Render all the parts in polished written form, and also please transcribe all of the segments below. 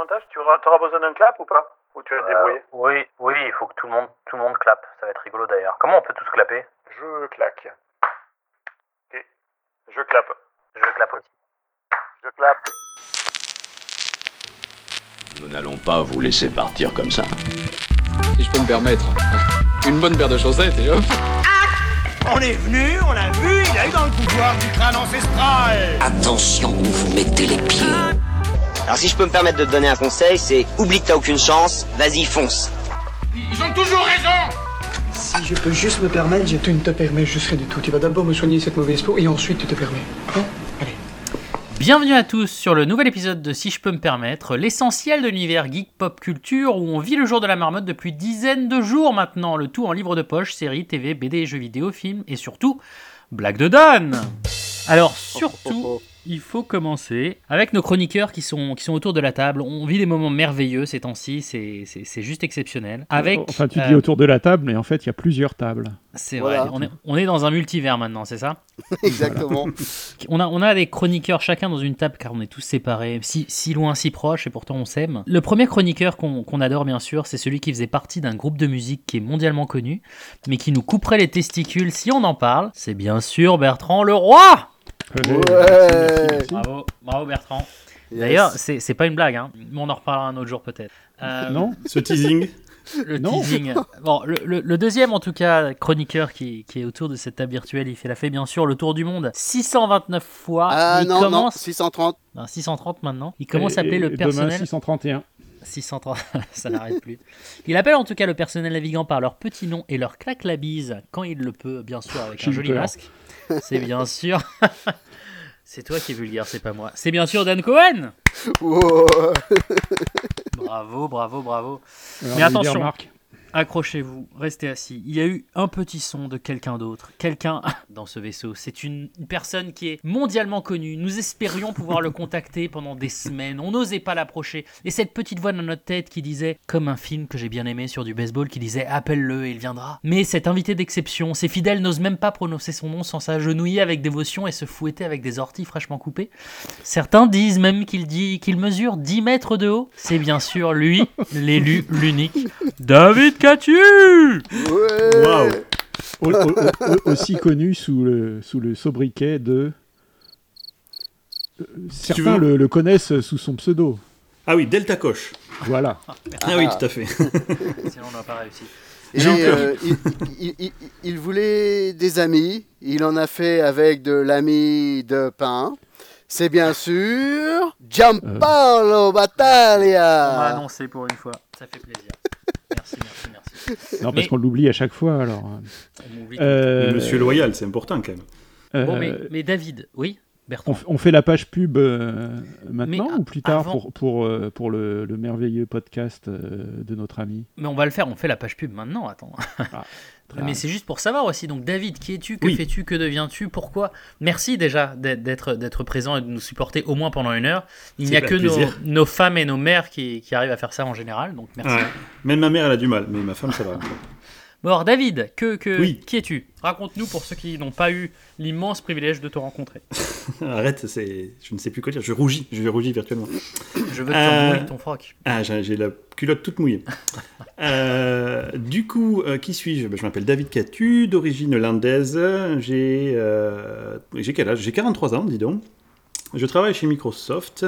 montage, t'auras besoin d'un clap ou pas? Ou tu vas te débrouiller? Oui, il faut que tout le monde clappe. Ça va être rigolo d'ailleurs. Comment on peut tous clapper? Je claque. Ok. Je clappe. Je clappe aussi. Je clappe. Nous n'allons pas vous laisser partir comme ça. Si je peux me permettre. Une bonne paire de chaussettes et hop. On est venu, on l'a vu, il a eu dans le pouvoir du crâne ancestral. Attention où vous mettez les pieds. Alors si je peux me permettre de te donner un conseil, c'est oublie que t'as aucune chance, vas-y fonce. Ils ont toujours raison. Si je peux juste me permettre, tu ne te permets juste rien du tout. Tu vas d'abord me soigner cette mauvaise peau et ensuite tu te permets. Hein? Allez. Bienvenue à tous sur le nouvel épisode de Si je peux me permettre, l'essentiel de l'univers geek pop culture où on vit le jour de la marmotte depuis dizaines de jours maintenant, le tout en livre de poche, séries, TV, BD, jeux vidéo, films et surtout, blagues de Dan. Alors surtout, il faut commencer avec nos chroniqueurs qui sont autour de la table. On vit des moments merveilleux ces temps-ci, c'est juste exceptionnel. Enfin, tu dis autour de la table, mais en fait, il y a plusieurs tables. C'est voilà. vrai, on est dans un multivers maintenant, c'est ça? Exactement. On a des chroniqueurs chacun dans une table car on est tous séparés, si loin, si proches, et pourtant on s'aime. Le premier chroniqueur qu'on adore bien sûr, c'est celui qui faisait partie d'un groupe de musique qui est mondialement connu, mais qui nous couperait les testicules si on en parle. C'est bien sûr Bertrand Leroy. Ouais. Bravo Bertrand. Yes. D'ailleurs, c'est pas une blague, hein. Mais on en reparlera un autre jour peut-être. Non, ce teasing. Teasing. Bon, le deuxième en tout cas chroniqueur qui est autour de cette table virtuelle, il a fait bien sûr le tour du monde 629 fois. Ah non, 630. Non, 630 maintenant. Il commence à appeler le personnel. Demain 631. 630, ça n'arrête plus. Il appelle en tout cas le personnel navigant par leur petit nom et leur claque la bise quand il le peut, bien sûr avec un joli masque. C'est bien sûr. C'est toi qui es vulgaire, c'est pas moi. C'est bien sûr Dan Cohen. Wow. Bravo. Alors, mais attention, accrochez-vous, restez assis. Il y a eu un petit son de quelqu'un d'autre. Quelqu'un dans ce vaisseau. C'est une personne qui est mondialement connue. Nous espérions pouvoir le contacter pendant des semaines. On n'osait pas l'approcher. Et cette petite voix dans notre tête qui disait, comme un film que j'ai bien aimé sur du baseball, qui disait « Appelle-le et il viendra ». Mais cet invité d'exception, ses fidèles n'osent même pas prononcer son nom sans s'agenouiller avec dévotion et se fouetter avec des orties fraîchement coupées. Certains disent même qu'il mesure 10 mètres de haut. C'est bien sûr lui, l'élu, l'unique, David Catu. Ouais. Wow. Aussi connu sous le sobriquet de... Certains le connaissent sous son pseudo. Ah oui, Delta Coche. Voilà. Ah oui, tout à fait. Sinon on n'a pas réussi. Et il voulait des amis. Il en a fait avec de l'ami de pain. C'est bien sûr Gianpaolo Battaglia. On m'a annoncé pour une fois. Ça fait plaisir. Merci. Non, parce qu'on l'oublie à chaque fois, alors. Monsieur Loyal, c'est important quand même. Bon, mais David, oui, Bertrand. On fait la page pub maintenant ou plus tard avant... pour le merveilleux podcast de notre ami? Mais on va le faire, on fait la page pub maintenant, attends. Mais c'est juste pour savoir aussi, donc David, qui es-tu, que fais-tu, que deviens-tu, pourquoi? Merci déjà d'être présent et de nous supporter au moins pendant une heure. Il n'y a que nos femmes et nos mères qui arrivent à faire ça en général, donc merci. Ouais. Même ma mère elle a du mal, mais ma femme ça va. Bon alors David, qui es-tu? Raconte-nous pour ceux qui n'ont pas eu l'immense privilège de te rencontrer. Arrête, je ne sais plus quoi dire, je vais rougir virtuellement. Je veux que tu mouilles ton froc. Ah, j'ai la culotte toute mouillée. Du coup, qui suis-je? Je m'appelle David Catu, d'origine hollandaise. J'ai quel âge? J'ai 43 ans, dis donc. Je travaille chez Microsoft.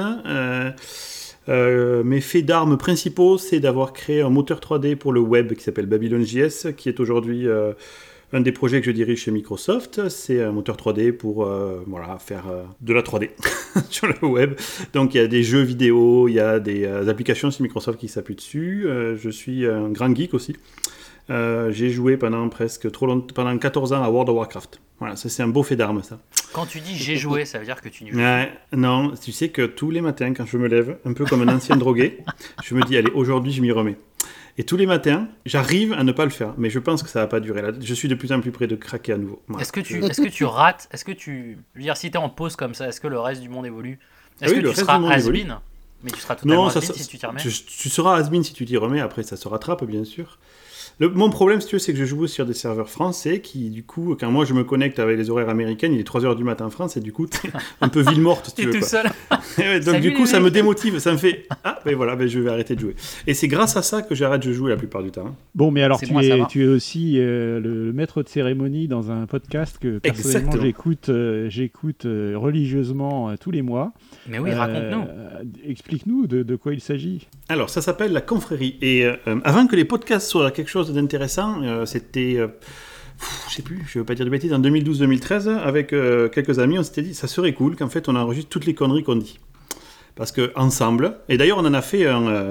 Mes faits d'armes principaux, c'est d'avoir créé un moteur 3D pour le web qui s'appelle Babylon.js, qui est aujourd'hui un des projets que je dirige chez Microsoft. C'est un moteur 3D pour faire de la 3D sur le web. Donc il y a des jeux vidéo, il y a des applications chez Microsoft qui s'appuient dessus. Je suis un grand geek aussi. J'ai joué pendant 14 ans à World of Warcraft. Voilà, ça c'est un beau fait d'armes ça. Quand tu dis j'ai joué, ça veut dire que tu n'y joues pas. Non, tu sais que tous les matins quand je me lève, un peu comme un ancien drogué, je me dis allez aujourd'hui je m'y remets. Et tous les matins, j'arrive à ne pas le faire, mais je pense que ça va pas durer. Là, je suis de plus en plus près de craquer à nouveau. Voilà. Est-ce que tu rates? Je veux dire, si t'es en pause comme ça, est-ce que le reste du monde évolue? Est-ce que tu seras has-been? Mais tu seras totalement has-been si tu t'y remets. Tu seras has-been si tu t'y remets. Après, ça se rattrape, bien sûr. Mon problème, si tu veux, c'est que je joue sur des serveurs français qui, du coup, quand moi je me connecte avec les horaires américains, il est 3h du matin en France et du coup, t'es un peu ville morte, si tu veux. T'es tout seul. Ouais, donc du coup, ça me démotive, ça me fait je vais arrêter de jouer. Et c'est grâce à ça que j'arrête de jouer la plupart du temps. Hein. Bon, mais alors C'est moi, tu es aussi le maître de cérémonie dans un podcast que personnellement j'écoute religieusement tous les mois. Mais oui, raconte-nous. Explique-nous de quoi il s'agit. Alors, ça s'appelle la confrérie. Et avant que les podcasts soient quelque chose d'intéressant, c'était... je sais plus, je veux pas dire de bêtises, en 2012-2013, avec quelques amis, on s'était dit ça serait cool qu'en fait on enregistre toutes les conneries qu'on dit. Parce que ensemble, et d'ailleurs on en a fait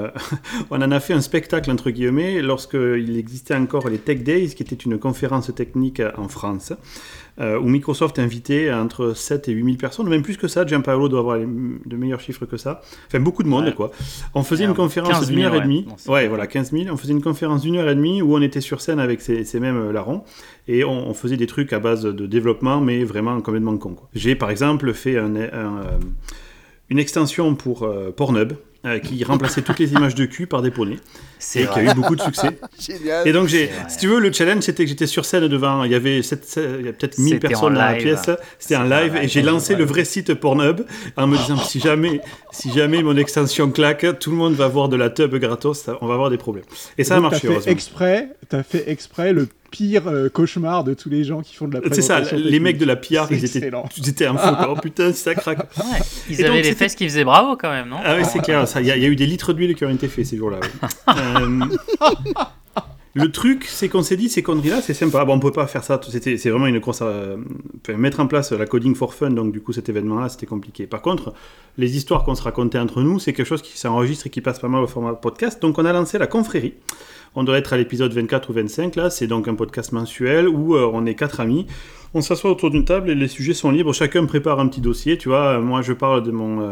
un spectacle entre guillemets lorsqu'il existait encore les Tech Days, qui était une conférence technique en France, où Microsoft invitait entre 7 et 8 000 personnes, même plus que ça. Gianpaolo doit avoir de meilleurs chiffres que ça. Enfin, beaucoup de monde, quoi. On faisait une conférence d'une heure et demie. Ouais, voilà, 15 000. On faisait une conférence d'une heure et demie où on était sur scène avec ces mêmes larrons et on faisait des trucs à base de développement, mais vraiment complètement con, quoi. J'ai, par exemple, fait une extension pour Pornhub qui remplaçait toutes les images de cul par des poneys et qui a eu beaucoup de succès. Génial. Et donc, si tu veux, le challenge, c'était que j'étais sur scène devant, il y avait peut-être 1000 personnes dans la pièce, c'était en live, et j'ai lancé le vrai site Pornhub en me disant, si jamais mon extension claque, tout le monde va voir de la tub gratos, on va avoir des problèmes. Et ça a marché, heureusement. T'as fait exprès le pire cauchemar de tous les gens qui font de la présentation. C'est ça, les mecs de la PR, ils étaient en faux. Oh putain, ça craque. Ouais, ils avaient les fesses qui faisaient bravo quand même, non? Ah oui, c'est clair. Il y a eu des litres d'huile qui ont été faits ces jours-là. Ouais. Le truc, c'est qu'on s'est dit, ces conneries-là, c'est sympa. Bon, on peut pas faire ça. C'est vraiment une course à mettre en place la coding for fun. Donc, du coup, cet événement-là, c'était compliqué. Par contre, les histoires qu'on se racontait entre nous, c'est quelque chose qui s'enregistre et qui passe pas mal au format podcast. Donc, on a lancé la confrérie. On doit être à l'épisode 24 ou 25, là. C'est donc un podcast mensuel où on est 4 amis. On s'assoit autour d'une table et les sujets sont libres. Chacun prépare un petit dossier, tu vois. Moi, je parle de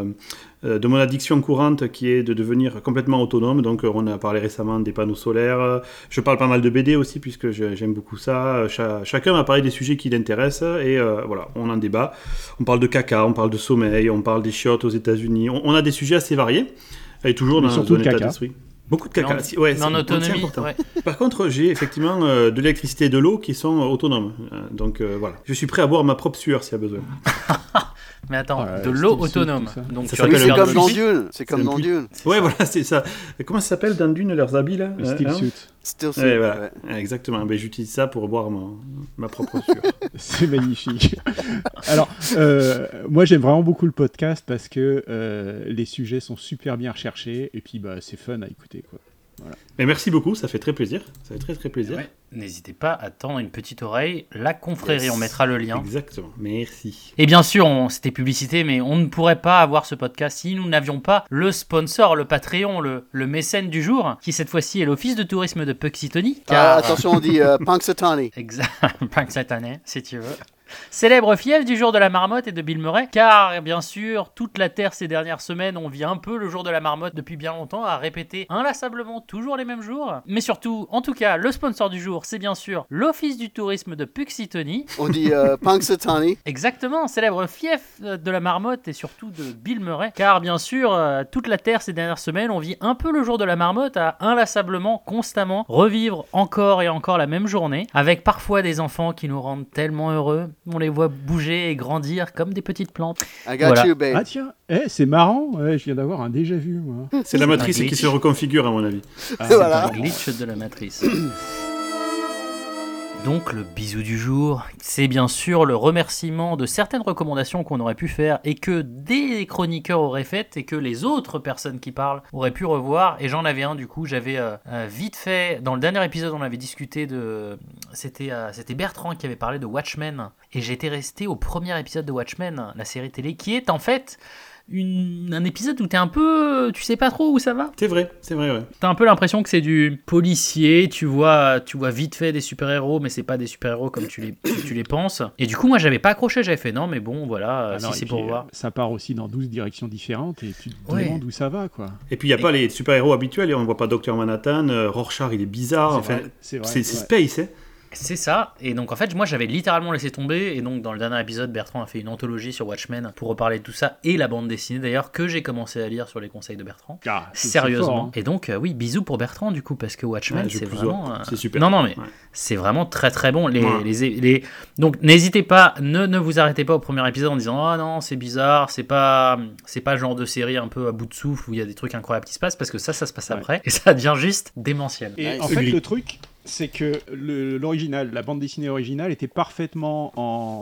mon addiction courante qui est de devenir complètement autonome. Donc, on a parlé récemment des panneaux solaires. Je parle pas mal de BD aussi, puisque j'aime beaucoup ça. Chacun va parler des sujets qui l'intéressent et voilà, on en débat. On parle de caca, on parle de sommeil, on parle des chiottes aux États-Unis. On a des sujets assez variés et toujours dans un état d'esprit. Beaucoup de caca. Mais en autonomie. Ouais. Par contre, j'ai effectivement de l'électricité et de l'eau qui sont autonomes. Donc voilà. Je suis prêt à boire ma propre sueur s'il y a besoin. Mais attends, de l'eau autonome. Donc c'est comme dans Dune. C'est comme dans Dune. Ouais, voilà, c'est ça. Comment ça s'appelle dans Dune, leurs habits là? Steel suit. Steel suit. Ouais, voilà. Ouais. Exactement. Ben, j'utilise ça pour boire ma propre sueur. C'est magnifique. Alors, moi j'aime vraiment beaucoup le podcast parce que les sujets sont super bien recherchés et puis c'est fun à écouter, quoi. Voilà. Mais merci beaucoup, ça fait très plaisir. Ça fait très très plaisir. Ouais. N'hésitez pas à tendre une petite oreille. La confrérie, on mettra le lien. Exactement, merci. Et bien sûr, c'était publicité, mais on ne pourrait pas avoir ce podcast si nous n'avions pas le sponsor, le Patreon, le mécène du jour, qui cette fois-ci est l'Office de tourisme de Punxsutawney. Attention, on dit Punxsutawney. Exact, Punxsutawney, si tu veux. Célèbre fief du jour de la marmotte et de Bill Murray, car bien sûr, toute la Terre ces dernières semaines, on vit un peu le jour de la marmotte depuis bien longtemps, à répéter inlassablement toujours les mêmes jours. Mais surtout, en tout cas, le sponsor du jour, c'est bien sûr l'Office du tourisme de Punxsutawney. On dit Punxsutawney. Exactement, célèbre fief de la marmotte et surtout de Bill Murray, car bien sûr, toute la Terre ces dernières semaines, on vit un peu le jour de la marmotte à inlassablement, constamment revivre encore et encore la même journée, avec parfois des enfants qui nous rendent tellement heureux. On les voit bouger et grandir comme des petites plantes. I got you, babe. Ah tiens, c'est marrant, je viens d'avoir un déjà-vu, moi. C'est la matrice qui se reconfigure, à mon avis. C'est un glitch de la matrice. Donc le bisou du jour, c'est bien sûr le remerciement de certaines recommandations qu'on aurait pu faire et que des chroniqueurs auraient faites et que les autres personnes qui parlent auraient pu revoir. Et j'en avais un, du coup, j'avais vite fait, dans le dernier épisode on avait discuté de... C'était Bertrand qui avait parlé de Watchmen et j'étais resté au premier épisode de Watchmen, la série télé, qui est en fait... un épisode où t'es un peu... Tu sais pas trop où ça va. C'est vrai, ouais. T'as un peu l'impression que c'est du policier, tu vois vite fait des super-héros, mais c'est pas des super-héros comme tu les penses. Et du coup, moi, j'avais pas accroché, j'avais fait non, mais bon, voilà, si c'est pour voir. Ça part aussi dans 12 directions différentes et tu te demandes où ça va, quoi. Et puis, il n'y a pas les super-héros habituels, on voit pas Dr Manhattan, Rorschach, il est bizarre, c'est space, hein. C'est ça, et donc en fait moi j'avais littéralement laissé tomber, et donc dans le dernier épisode Bertrand a fait une anthologie sur Watchmen pour reparler de tout ça, et la bande dessinée d'ailleurs que j'ai commencé à lire sur les conseils de Bertrand, sérieusement, fort, hein. Et donc oui, bisous pour Bertrand du coup, parce que Watchmen c'est vraiment... c'est super. Non mais c'est vraiment très très bon, donc n'hésitez pas, ne vous arrêtez pas au premier épisode en disant « Oh non c'est bizarre, c'est pas le genre de série un peu à bout de souffle où il y a des trucs incroyables qui se passent », parce que ça se passe après, et ça devient juste démentiel. Et en fait le truc... c'est que l'original, la bande dessinée originale était parfaitement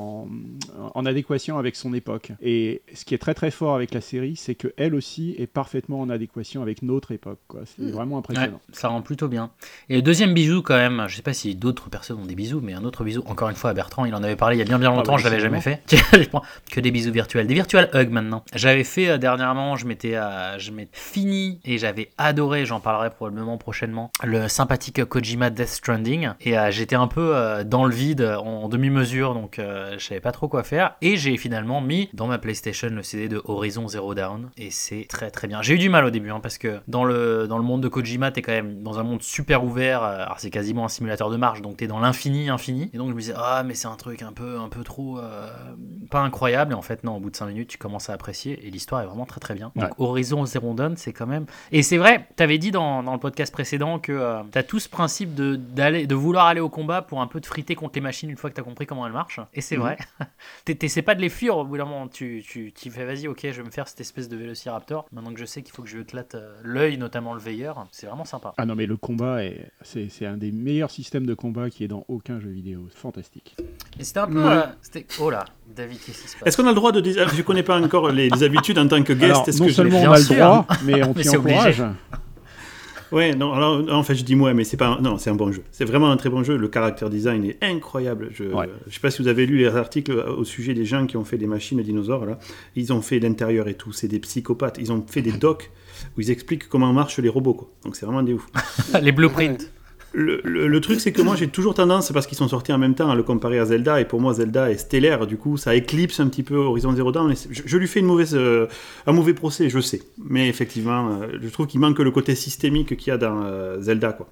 en adéquation avec son époque. Et ce qui est très très fort avec la série, c'est qu'elle aussi est parfaitement en adéquation avec notre époque, quoi. C'est vraiment impressionnant. Ouais, ça rend plutôt bien. Et le deuxième bisou quand même, je sais pas si d'autres personnes ont des bisous, mais un autre bisou, encore une fois à Bertrand, il en avait parlé il y a bien longtemps, je l'avais jamais fait. Que des bisous virtuels, des virtual hugs maintenant. J'avais fait dernièrement, je m'étais fini et j'avais adoré, j'en parlerai probablement prochainement, le sympathique Kojima Death Stranding, et j'étais un peu dans le vide en demi-mesure, donc je savais pas trop quoi faire, et j'ai finalement mis dans ma PlayStation le CD de Horizon Zero Dawn, et c'est très très bien. J'ai eu du mal au début, parce que dans le monde de Kojima, t'es quand même dans un monde super ouvert, alors c'est quasiment un simulateur de marche, donc t'es dans l'infini, et donc je me disais, mais c'est un truc un peu trop pas incroyable, et en fait non, au bout de 5 minutes, tu commences à apprécier, et l'histoire est vraiment très très bien. Donc Horizon Zero Dawn, c'est quand même... Et c'est vrai, t'avais dit dans le podcast précédent que t'as tout ce principe de vouloir aller au combat pour un peu te friter contre les machines une fois que t'as compris comment elles marchent, et c'est vrai. T'essaies pas de les fuir au bout d'un moment, tu fais vas-y, ok, je vais me faire cette espèce de vélociraptor, maintenant que je sais qu'il faut que je lui éclate l'œil, notamment le veilleur, c'est vraiment sympa. Ah non, mais le combat, c'est un des meilleurs systèmes de combat qui est dans aucun jeu vidéo, c'est fantastique. Et c'était un peu... Oh là, David, qu'est-ce qui se passe ? Est-ce qu'on a le droit de dire... Je connais pas encore les habitudes en tant que guest. Alors, non seulement on a le droit, mais on t'y encourage. Ouais, non, alors en fait je dis mais c'est pas c'est un bon jeu. C'est vraiment un très bon jeu, le character design est incroyable. Je sais pas si vous avez lu les articles au sujet des gens qui ont fait des machines dinosaures là. Ils ont fait l'intérieur et tout, c'est des psychopathes. Ils ont fait des docs où ils expliquent comment marchent les robots, quoi. Donc c'est vraiment des ouf. Les blueprints. Le truc, c'est que moi j'ai toujours tendance, parce qu'ils sont sortis en même temps, à le comparer à Zelda, et pour moi Zelda est stellaire, du coup ça éclipse un petit peu Horizon Zero Dawn. Je lui fais un mauvais procès, je sais, mais effectivement, je trouve qu'il manque le côté systémique qu'il y a dans Zelda, quoi.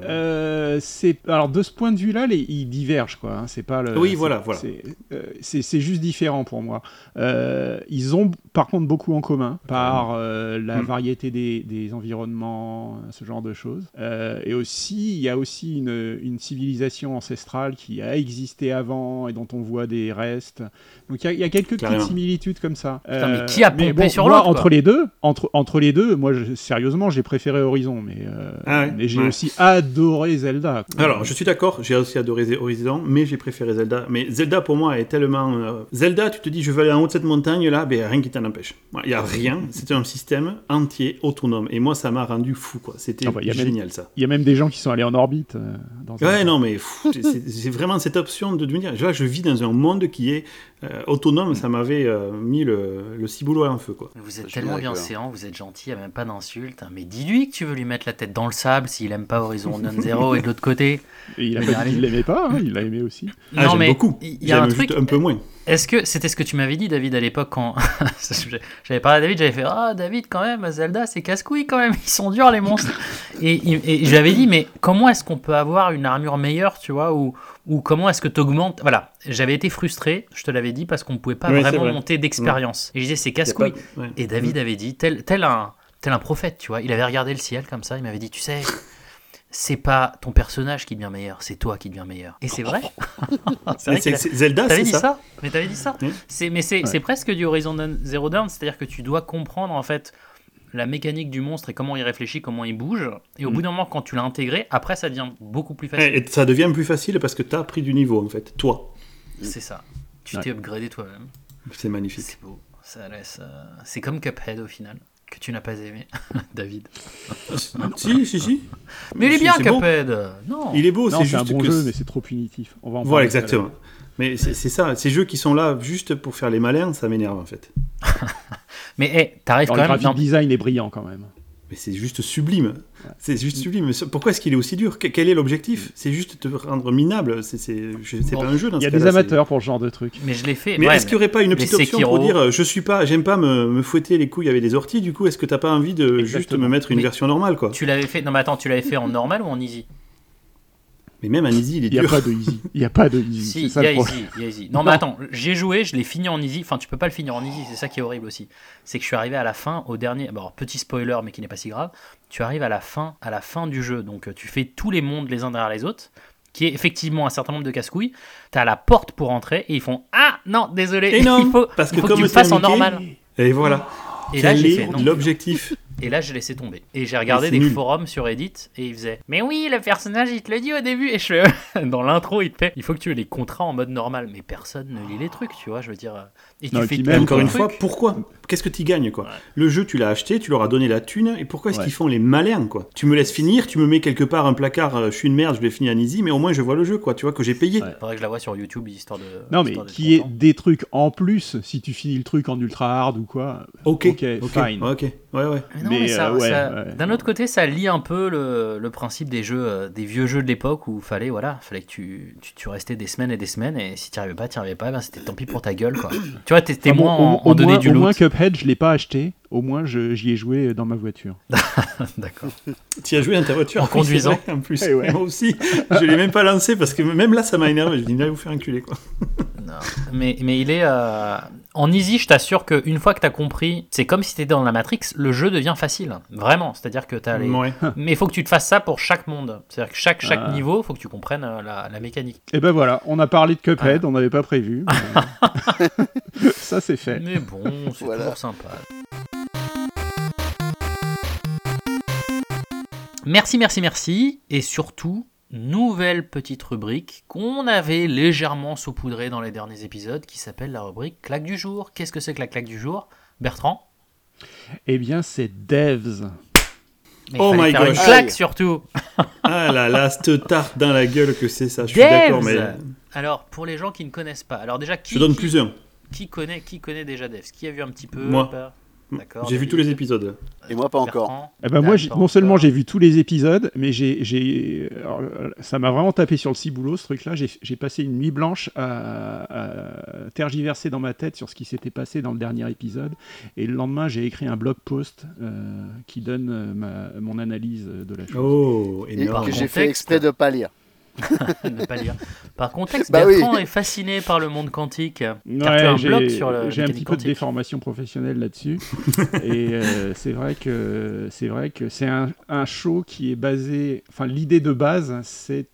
Alors de ce point de vue-là, ils divergent, quoi. Hein. C'est pas le. Oui, voilà. C'est juste différent pour moi. Ils ont par contre beaucoup en commun par la variété des environnements, ce genre de choses, et aussi il y a aussi une civilisation ancestrale qui a existé avant et dont on voit des restes. Donc il y a quelques petites similitudes comme ça. Putain, mais qui a pompé sur l'autre, entre les deux, moi sérieusement j'ai préféré Horizon, mais j'ai aussi adoré Zelda, quoi. Alors je suis d'accord, j'ai aussi adoré Horizon, mais j'ai préféré Zelda. Mais Zelda pour moi est tellement... Zelda, tu te dis je vais aller en haut de cette montagne là, rien qui t'en empêche. Il n'y a rien, c'était un système entier autonome, et moi ça m'a rendu fou, quoi. C'était génial, ça. Il y a même des gens qui sont allés en orbite. Non mais c'est vraiment cette option de me dire, là je vis dans un monde qui est autonome, ça m'avait mis le ciboulot à un feu, quoi. Vous êtes tellement bienséant, vous êtes gentil, il n'y a même pas d'insulte, mais dis-lui que tu veux lui mettre la tête dans le sable s'il aime pas Horizon Zero, et de l'autre côté... Et il a pas dit qu'il l'aimait pas, il l'a aimé aussi. Non, mais beaucoup, j'aime juste un peu moins. Est-ce que c'était ce que tu m'avais dit, David, à l'époque, quand j'avais parlé à David, j'avais fait David, quand même, Zelda, c'est casse-couille quand même, ils sont durs les monstres. et je lui avais dit, mais comment est-ce qu'on peut avoir une armure meilleure, tu vois, ou comment est-ce que tu augmentes. Voilà, j'avais été frustré, je te l'avais dit, parce qu'on ne pouvait pas vraiment monter d'expérience. Et je disais, c'est casse-couille. Et David avait dit, tel un prophète, tu vois, il avait regardé le ciel comme ça, il m'avait dit, tu sais. C'est pas ton personnage qui devient meilleur, c'est toi qui deviens meilleur. Et c'est vrai. Zelda, t'avais c'est dit ça. Mais t'avais dit ça. C'est presque du Horizon Zero Dawn, c'est-à-dire que tu dois comprendre en fait la mécanique du monstre et comment il réfléchit, comment il bouge. Et au bout d'un moment, quand tu l'as intégré, après ça devient beaucoup plus facile. Et ça devient plus facile parce que t'as pris du niveau en fait, toi. C'est ça. Tu t'es upgradé toi-même. C'est magnifique. C'est beau. Ça laisse. C'est comme Cuphead au final. Que tu n'as pas aimé, David. Si. Mais il est bien, Cuphead. Bon. Non. Il est beau, c'est juste un bon jeu, mais c'est trop punitif. On va en parler. Voilà, exactement. Mais c'est ça, ces jeux qui sont là juste pour faire les malins, ça m'énerve en fait. Mais t'arrives quand même... Le graphic design est brillant quand même. Mais c'est juste sublime. Ouais. C'est juste sublime. Pourquoi est-ce qu'il est aussi dur ? Quel est l'objectif ? C'est juste te rendre minable. C'est pas un jeu dans ce cas-là. Il y a des amateurs pour ce genre de truc. Mais je l'ai fait. Mais est-ce qu'il n'y aurait pas une petite option pour dire j'aime pas me fouetter les couilles avec des orties, du coup, est-ce que t'as pas envie de juste me mettre une version normale, quoi ? Tu l'avais fait... Non mais attends, tu l'avais fait en normal ou en easy ? Mais même un easy, il est Il n'y a dur. pas de easy. Il n'y a pas de easy. Si, c'est ça il y a le problème. easy, il y a easy. Non, mais attends, j'ai joué, je l'ai fini en easy. Enfin, tu peux pas le finir en easy, c'est ça qui est horrible aussi. C'est que je suis arrivé à la fin, au dernier. Bon, petit spoiler, mais qui n'est pas si grave. Tu arrives à la fin du jeu. Donc, tu fais tous les mondes les uns derrière les autres, qui est effectivement un certain nombre de casse-couilles. T'as la porte pour entrer et ils font ah non, désolé, Et non, il faut parce que il faut comme tu le c'est fasses en Mickey, normal. Et voilà. Et là, Quel j'ai est fait non. l'objectif? Et là, j'ai laissé tomber. Et j'ai regardé c'est des nul. forums sur Reddit et ils faisaient mais oui, le personnage, il te le dit au début. Et je fais dans l'intro, il te fait il faut que tu aies les contrats en mode normal. Mais personne ne lit les trucs, tu vois. Je veux dire. Et tu Non, et fais puis tout même, le Encore une truc. fois, pourquoi? Qu'est-ce que tu gagnes, quoi? Ouais. Le jeu, tu l'as acheté, tu leur as donné la thune, et pourquoi est-ce Ouais. qu'ils font les malins, quoi? Tu me laisses finir, tu me mets quelque part un placard, je suis une merde, je vais finir en easy, mais au moins je vois le jeu, quoi, tu vois, que j'ai payé. Ouais. Faudrait que je la vois sur YouTube, histoire de. Non, mais histoire d'être qui est content. des trucs en plus, si tu finis le truc en ultra hard ou quoi. Ok, fine. ok, ouais. Mais non, Mais, mais ça, ouais, ça- ouais. d'un autre côté, ça lie un peu le principe des jeux, des vieux jeux de l'époque où fallait que tu restais des semaines, et si tu arrivais pas, ben c'était tant pis pour ta gueule, quoi. Tu vois, t'es Enfin, moins bon, en donner moins, du au loot. moins Cuphead, je l'ai pas acheté. Au moins, j'y ai joué dans ma voiture. D'accord. Tu as joué dans ta voiture En oui, c'est conduisant. vrai, en plus. Eh ouais. Moi aussi, je l'ai même pas lancé parce que même là, ça m'a énervé. Je dis, allez vous faire enculer, quoi. Non. Mais il est en easy, je t'assure qu'une fois que t'as compris, c'est comme si t'étais dans la Matrix, le jeu devient facile, vraiment. C'est-à-dire que t'as les. Ouais. Mais il faut que tu te fasses ça pour chaque monde. C'est-à-dire que chaque Ah. niveau, il faut que tu comprennes la mécanique. Et ben voilà, on a parlé de Cuphead, on n'avait pas prévu. mais ça, c'est fait. Mais bon, c'est Voilà. toujours sympa. Merci. Et surtout, nouvelle petite rubrique qu'on avait légèrement saupoudrée dans les derniers épisodes qui s'appelle la rubrique claque du jour. Qu'est-ce que c'est que la claque du jour, Bertrand? Eh bien, c'est Devs. Mais Oh il fallait my faire une gosh. claque surtout. Ah là là, cette tarte dans la gueule que c'est ça, je suis Devs. d'accord, mais Alors, pour les gens qui ne connaissent pas, alors déjà, je donne plus un. qui connaît déjà Devs? Qui a vu un petit peu? Moi. Pas D'accord. J'ai vu tous les épisodes. Et moi, pas encore. Bertrand. Eh ben moi, D'accord, non seulement d'accord. j'ai vu tous les épisodes, mais alors, ça m'a vraiment tapé sur le ciboulot, ce truc-là. J'ai passé une nuit blanche à tergiverser dans ma tête sur ce qui s'était passé dans le dernier épisode. Et le lendemain, j'ai écrit un blog post qui donne mon analyse de la chose. Oh, Et énorme. que j'ai fait contexte. exprès de pas lire. Ne pas lire. Par contexte, Bah oui. Bertrand est fasciné par le monde quantique. Car tu as Ouais, un blog sur le j'ai un mécanique petit peu de quantique. déformation professionnelle là-dessus. Et c'est vrai que c'est un show qui est basé. Enfin, l'idée de base, c'est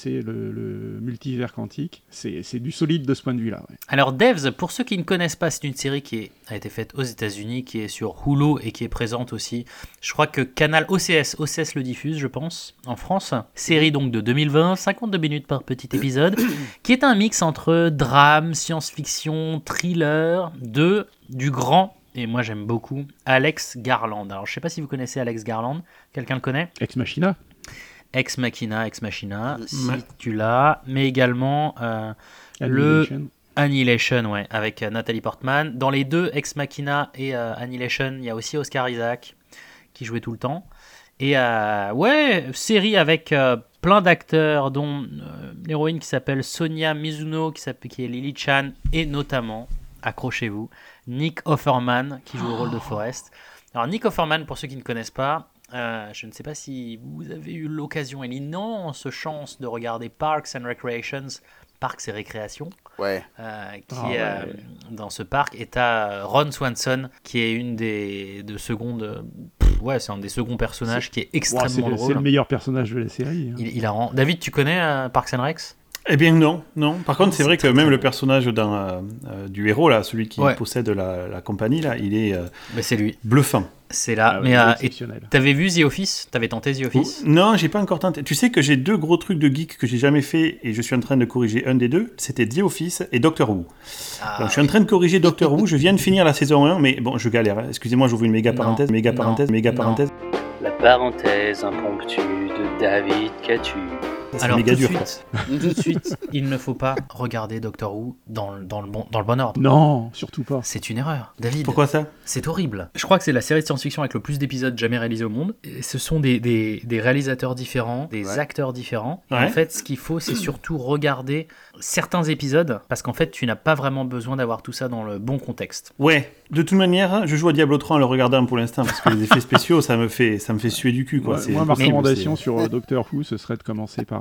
le multivers quantique. C'est du solide de ce point de vue-là. Ouais. Alors Devs, pour ceux qui ne connaissent pas, c'est une série qui a été faite aux États-Unis, qui est sur Hulu et qui est présente aussi. Je crois que Canal OCS le diffuse, je pense, en France. Série donc de 2020, 52 minutes par petit épisode, qui est un mix entre drame, science-fiction, thriller, du grand, et moi j'aime beaucoup, Alex Garland. Alors je sais pas si vous connaissez Alex Garland, quelqu'un le connaît? Ex Machina. Ex Machina, si Ouais. tu l'as, mais également Annihilation. Annihilation, ouais, avec Nathalie Portman. Dans les deux, Ex Machina et Annihilation, il y a aussi Oscar Isaac qui jouait tout le temps. Et ouais, série avec plein d'acteurs, dont l'héroïne qui s'appelle Sonia Mizuno, qui est Lily Chan, et notamment, accrochez-vous, Nick Offerman qui joue le rôle de Forrest. Alors Nick Offerman, pour ceux qui ne connaissent pas, je ne sais pas si vous avez eu l'occasion et l'immense chance de regarder Parks and Recreations, Parcs et Récréations, Ouais. qui est dans ce parc, et t'as Ron Swanson qui est c'est un des seconds personnages qui est extrêmement C'est drôle. le meilleur personnage de la série. Hein. Il a David, tu connais Parks and Rec? Eh bien non. Par contre, c'est vrai que même le personnage du héros, là, celui qui Ouais. possède la compagnie, là, il est Mais c'est lui. bluffant. C'est là. Ah ouais, Mais il est et exceptionnel. t'avais vu The Office? T'avais tenté The Office? Non, j'ai pas encore tenté. Tu sais que j'ai 2 gros trucs de geek que j'ai jamais fait et je suis en train de corriger un des 2. C'était The Office et Doctor Who. Ah, Donc, je suis en train de corriger Doctor Who. Je viens de finir la saison 1, mais bon, je galère. Hein. Excusez-moi, j'ouvre une méga Non, parenthèse. non. Parenthèse. La parenthèse impromptue de David Catu. C'est Alors méga tout de dur. quoi. suite, il ne faut pas regarder Doctor Who dans le bon ordre. Non, surtout pas. C'est une erreur, David. Pourquoi ça? C'est horrible. Je crois que c'est la série de science-fiction avec le plus d'épisodes jamais réalisés au monde. Et ce sont des réalisateurs différents, des acteurs différents. Et Ouais. en fait, ce qu'il faut, c'est surtout regarder certains épisodes, parce qu'en fait, tu n'as pas vraiment besoin d'avoir tout ça dans le bon contexte. Ouais. De toute manière, je joue à Diablo 3 en le regardant pour l'instant parce que les effets spéciaux, ça me fait suer du cul. Quoi. Moi, C'est ma impossible, recommandation c'est- sur Doctor Who, ce serait de commencer par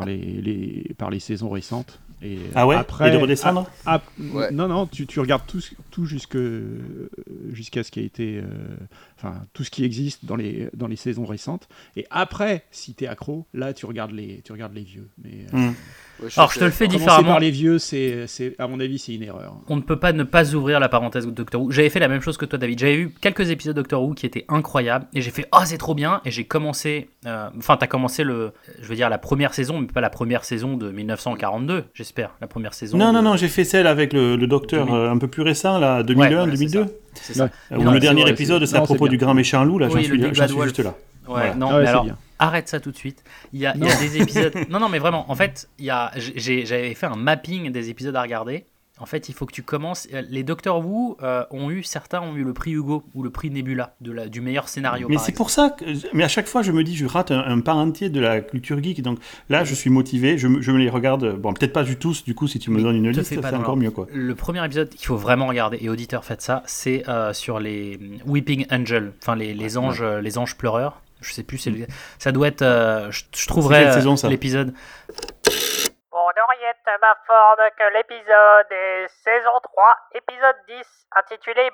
par les saisons récentes. Et Ah ouais après, et de redescendre Ouais. Non, tu regardes tout jusqu'à ce qui a été... tout ce qui existe dans les saisons récentes. Et après, si t'es accro, là, tu regardes les vieux. Mais, Alors, je te le fais commencer différemment. par les vieux, c'est, à mon avis, c'est une erreur. On ne peut pas ne pas ouvrir la parenthèse de Doctor Who. J'avais fait la même chose que toi, David. J'avais vu quelques épisodes de Doctor Who qui étaient incroyables et j'ai fait « Oh, c'est trop bien !» Et j'ai commencé... t'as commencé la première saison, mais pas la première saison de 1942, j'espère. La première saison. Non, j'ai fait celle avec le docteur un peu plus récent, là, 2001, 2002. C'est ça. Où le dernier épisode, c'est à propos du grand méchant loup, là, Oui, j'en suis juste là. Ouais, Voilà. non, mais alors, arrête ça tout de suite. Il y a des épisodes... Non, mais vraiment, en fait, j'avais fait un mapping des épisodes à regarder. En fait, il faut que tu commences... Les Doctor Who certains ont eu le prix Hugo ou le prix Nebula du meilleur scénario. Mais c'est pour ça que... Mais à chaque fois, je me dis, je rate un pan entier de la culture geek. Donc là, je suis motivé, je me les regarde. Bon, peut-être pas du tout, du coup, si tu me donnes une liste, c'est encore mieux, quoi. Le premier épisode qu'il faut vraiment regarder, et auditeurs, faites ça, c'est sur les Weeping Angels, enfin les anges pleureurs. Je sais plus, ça doit être... je trouverai l'épisode... Mon Henriette m'informe que l'épisode est saison 3, épisode 10, intitulé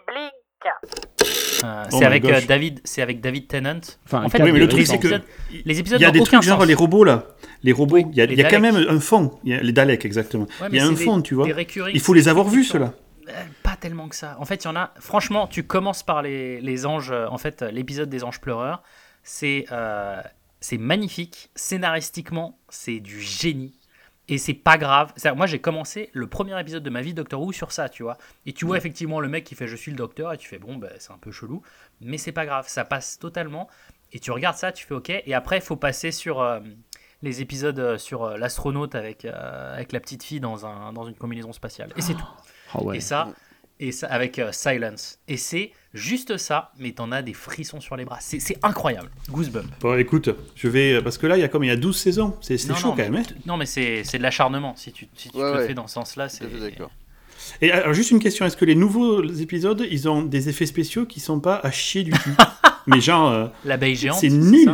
Blink. C'est avec David Tennant. Enfin, en fait, oui, mais le truc, c'est que les épisodes il y a des trucs genre les robots là. Les robots, oui, il y a quand même un fond. Il y a les Daleks, exactement. Ouais, il y a un fond, tu vois. Il faut les les avoir vus, ceux-là. Pas tellement que ça. En fait, il y en a... Franchement, tu commences par les anges... En fait, l'épisode des anges pleureurs, c'est magnifique. Scénaristiquement, c'est du génie. Et c'est pas grave. Moi, j'ai commencé le premier épisode de ma vie Doctor Who sur ça, tu vois. Et tu vois effectivement le mec qui fait « Je suis le docteur » et tu fais « Bon, bah, c'est un peu chelou. » Mais c'est pas grave, ça passe totalement. Et tu regardes ça, tu fais « Ok. » Et après, il faut passer sur les épisodes sur l'astronaute avec la petite fille dans une combinaison spatiale. Et c'est tout. Oh ouais. Et ça avec Silence. Et c'est juste ça, mais t'en as des frissons sur les bras. C'est incroyable. Goosebumps. Bon, écoute, je vais... Parce que là, il y a 12 saisons. C'est chaud, quand même. Hein. Non, mais c'est de l'acharnement. Si tu le fais dans ce sens-là, c'est... D'accord. Et alors, juste une question. Est-ce que les nouveaux épisodes, ils ont des effets spéciaux qui sont pas à chier du tout? Mais genre... L'abeille géante, c'est nul.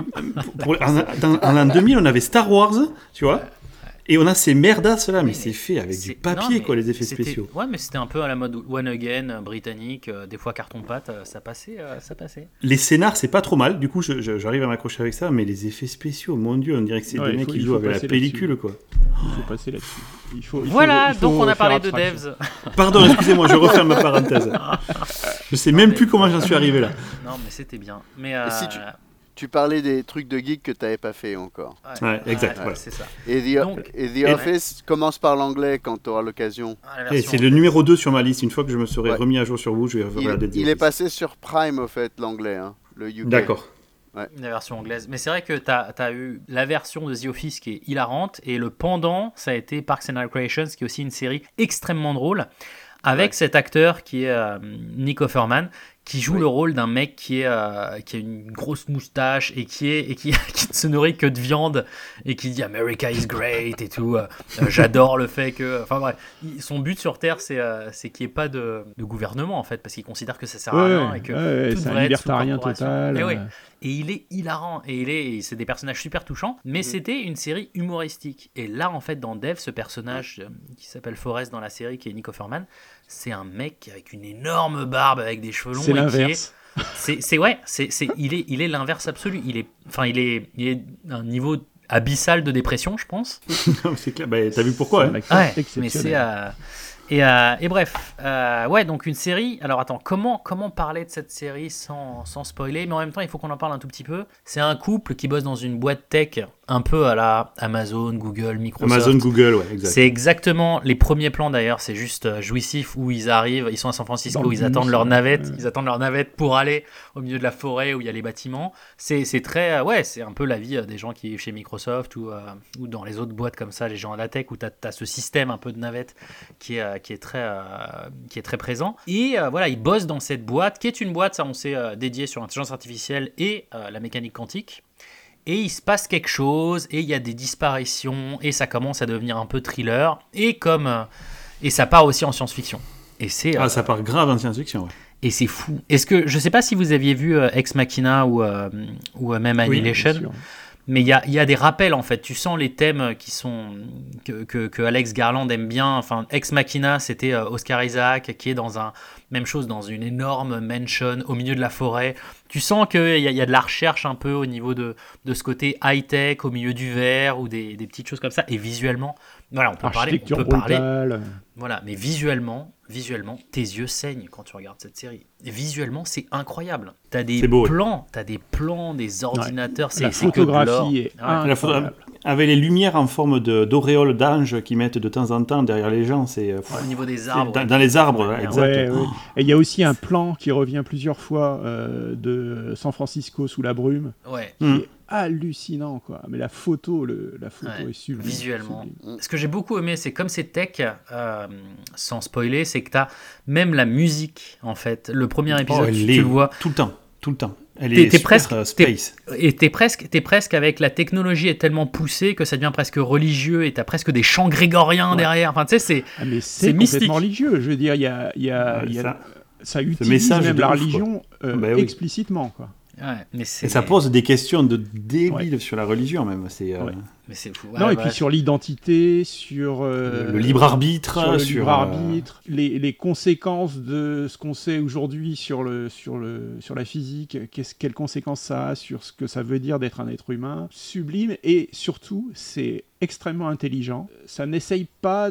En l'an 2000, on avait Star Wars, tu vois. Et on a ces merdasses là, mais c'est fait avec du papier, quoi, les effets spéciaux. Ouais, mais c'était un peu à la mode One Again, britannique, des fois carton-pâte, ça passait. Les scénars, c'est pas trop mal, du coup, j'arrive à m'accrocher avec ça, mais les effets spéciaux, mon Dieu, on dirait que c'est des mecs qui jouent avec la pellicule, quoi. Il faut passer là-dessus. Voilà, donc on a parlé de devs. Pardon, excusez-moi, je referme ma parenthèse. Je sais même plus comment j'en suis arrivé là. Non, mais c'était bien. Mais Et si tu parlais des trucs de geek que tu n'avais pas fait encore. Ouais, exact. Voilà. C'est ça. Et The Office commence par l'anglais quand tu auras l'occasion. Et c'est le numéro 2 sur ma liste. Une fois que je me serai remis à jour sur vous, je vais regarder. Il est passé sur Prime, au fait, l'anglais, hein, le UK. D'accord. Ouais. La version anglaise. Mais c'est vrai que tu as eu la version de The Office qui est hilarante, et le pendant, ça a été Parks and Recreations, qui est aussi une série extrêmement drôle, avec cet acteur qui est Nick Offerman, qui joue le rôle d'un mec qui a une grosse moustache et qui ne se nourrit que de viande et qui dit America is great et tout. J'adore le fait que... Enfin bref, son but sur Terre, c'est qu'il n'y ait pas de gouvernement, en fait, parce qu'il considère que ça sert à rien et que tout c'est devrait un être sous libertarien corporation. total. Et il est hilarant, et c'est des personnages super touchants, mais c'était une série humoristique. Et là, en fait, dans Dev, ce personnage qui s'appelle Forrest dans la série, qui est Nick Offerman, c'est un mec avec une énorme barbe, avec des cheveux longs. C'est l'inverse. Il est l'inverse absolu. Il est à un niveau abyssal de dépression, je pense. C'est clair. Bah, t'as vu pourquoi, hein. Mais c'est... Et bref, donc une série. Alors attends, comment parler de cette série sans spoiler, mais en même temps il faut qu'on en parle un tout petit peu. C'est un couple qui bosse dans une boîte tech un peu à la Amazon, Google, Microsoft. Amazon, Google, ouais, exact. C'est exactement les premiers plans d'ailleurs, c'est juste jouissif où ils arrivent, ils sont à San Francisco, ils attendent leur navette pour aller au milieu de la forêt où il y a les bâtiments. C'est très, c'est un peu la vie des gens qui chez Microsoft ou dans les autres boîtes comme ça, les gens à la tech où t'as ce système un peu de navette qui est très présent. Et voilà, ils bossent dans cette boîte qui est une boîte, ça on sait, dédiée sur l'intelligence artificielle et la mécanique quantique. Et il se passe quelque chose, et il y a des disparitions, et ça commence à devenir un peu thriller, et ça part aussi en science-fiction. Et c'est ça part grave en science-fiction, ouais. Et c'est fou. Je sais pas si vous aviez vu Ex Machina ou même Annihilation. Mais il y a des rappels en fait. Tu sens les thèmes qui sont que Alex Garland aime bien. Enfin, Ex Machina, c'était Oscar Isaac qui est même chose dans une énorme mansion au milieu de la forêt. Tu sens qu'il y a de la recherche un peu au niveau de ce côté high tech au milieu du verre ou des petites choses comme ça. Et visuellement, voilà, on peut parler. Voilà, mais visuellement, tes yeux saignent quand tu regardes cette série. Et visuellement, c'est incroyable. T'as des plans, des ordinateurs. La photographie est incroyable. Avec les lumières en forme d'auréole d'ange qui mettent de temps en temps derrière les gens, c'est au niveau des arbres. Dans les arbres, exactement. Ouais. Et il y a aussi un plan qui revient plusieurs fois de San Francisco sous la brume. Ouais. Qui est hallucinant, quoi. Mais la photo est sublime. Visuellement. Ce que j'ai beaucoup aimé, c'est comme c'est tech, sans spoiler, c'est que t'as même la musique, en fait. Le premier épisode, tu le vois. Tout le temps. Elle est super space. T'es presque avec la technologie est tellement poussée que ça devient presque religieux et t'as presque des chants grégoriens derrière. Enfin, tu sais, c'est mystique. Complètement religieux. Je veux dire, ça utilise même la religion explicitement, quoi. Ouais, mais et ça pose des questions de débile sur la religion même. Mais c'est fou. Et puis sur l'identité, sur le libre arbitre, les conséquences de ce qu'on sait aujourd'hui sur la physique. Quelles conséquences ça a sur ce que ça veut dire d'être un être humain. Sublime, et surtout c'est extrêmement intelligent. Ça n'essaye pas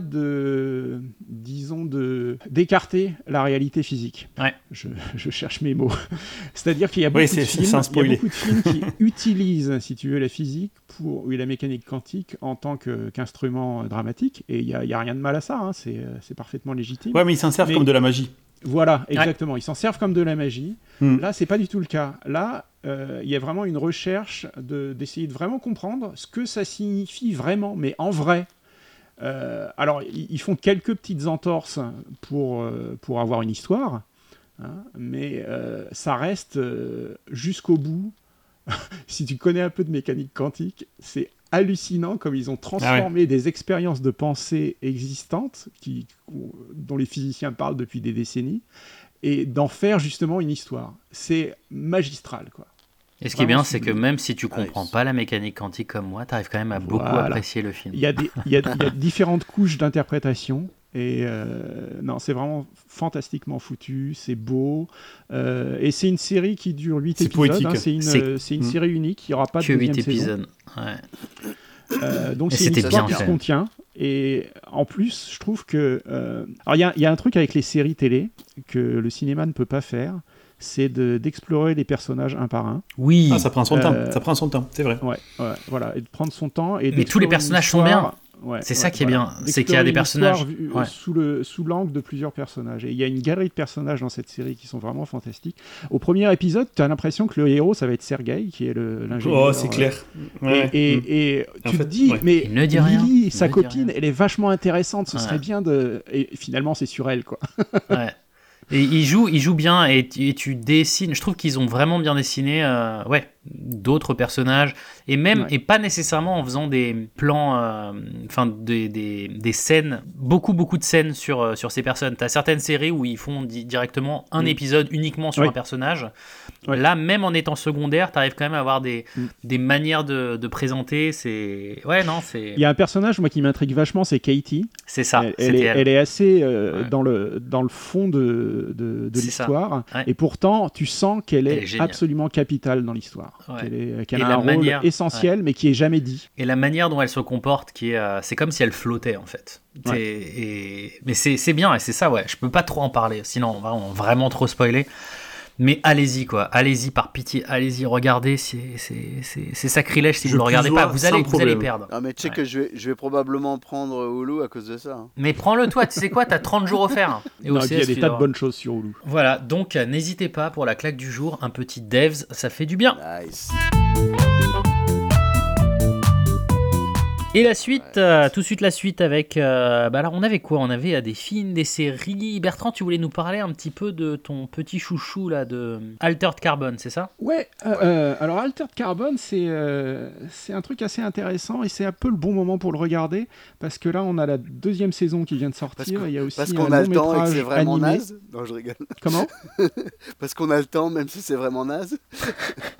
d'écarter la réalité physique. Ouais. Je cherche mes mots. C'est-à-dire qu'il y a beaucoup de films qui utilisent, si tu veux, la physique et la mécanique quantique en tant qu'instrument dramatique, et il y a rien de mal à ça, hein. C'est parfaitement légitime. Ouais, mais ils s'en servent comme de la magie. Voilà, exactement. Ils s'en servent comme de la magie. Là, c'est pas du tout le cas. Là, il y a vraiment une recherche d'essayer de vraiment comprendre ce que ça signifie vraiment, mais en vrai. Alors, ils font quelques petites entorses pour avoir une histoire, hein, mais ça reste jusqu'au bout. Si tu connais un peu de mécanique quantique, c'est hallucinant comme ils ont transformé des expériences de pensée existantes dont les physiciens parlent depuis des décennies, et d'en faire justement une histoire. C'est magistral, quoi. Et ce qui est bien, c'est que même si tu comprends pas la mécanique quantique comme moi, tu arrives quand même à beaucoup apprécier le film. Il y a différentes couches d'interprétation. Et non, c'est vraiment fantastiquement foutu, c'est beau, et c'est une série qui dure 8 épisodes, hein, c'est une série unique, il n'y aura pas de deuxième saison. 8 épisodes, ouais. Donc c'est une histoire qui se contient, et en plus, je trouve que... alors il y a un truc avec les séries télé que le cinéma ne peut pas faire, c'est d'explorer les personnages un par un. Oui. Ça prend son temps, c'est vrai. Ouais, voilà, et de prendre son temps. Mais tous les personnages sont bien. C'est ça qui est bien, c'est qu'il y a des personnages sous l'angle de plusieurs personnages. Et il y a une galerie de personnages dans cette série qui sont vraiment fantastiques. Au premier épisode, tu as l'impression que le héros, ça va être Sergei, qui est l'ingénieur. Oh, c'est clair. Et tu te dis, mais Lily, sa copine, elle est vachement intéressante, ce serait bien de... Et finalement, c'est sur elle, quoi. Ouais. Et il joue bien, et tu dessines. Je trouve qu'ils ont vraiment bien dessiné d'autres personnages, et même et pas nécessairement en faisant des plans, des scènes, beaucoup de scènes sur ces personnes. T'as certaines séries où ils font directement un épisode uniquement sur un personnage. Là, même en étant secondaire, t'arrives quand même à avoir des manières de présenter. Il y a un personnage, moi, qui m'intrigue vachement, c'est Katie. C'est ça. Elle est assez dans le fond de l'histoire, et pourtant tu sens qu'elle est absolument capitale dans l'histoire, qu'elle a un rôle essentiel, mais qui est jamais dit. Et la manière dont elle se comporte, c'est comme si elle flottait en fait. Mais c'est bien, et c'est ça, je peux pas trop en parler, sinon on va vraiment trop spoiler. Mais allez-y, par pitié, allez-y, regardez, c'est sacrilège si vous ne le regardez pas, vous allez perdre. Ah, mais tu sais que je vais probablement prendre Hulu à cause de ça. Hein. Mais prends-le toi, tu sais quoi, t'as 30 jours offerts. Et puis il y a des tas de bonnes choses sur Hulu. Voilà, donc n'hésitez pas pour la claque du jour, un petit Devs, ça fait du bien. Nice. Et la suite, tout de suite la suite avec... alors on avait quoi ? On avait des films, des séries. Bertrand, tu voulais nous parler un petit peu de ton petit chouchou là, de Altered Carbon, c'est ça ? Ouais, alors Altered Carbon, c'est un truc assez intéressant, et c'est un peu le bon moment pour le regarder, parce que là on a la deuxième saison qui vient de sortir, il y a aussi qu'on a le temps et que c'est vraiment animé. Naze. Non, je rigole. Comment ? Parce qu'on a le temps, même si c'est vraiment naze.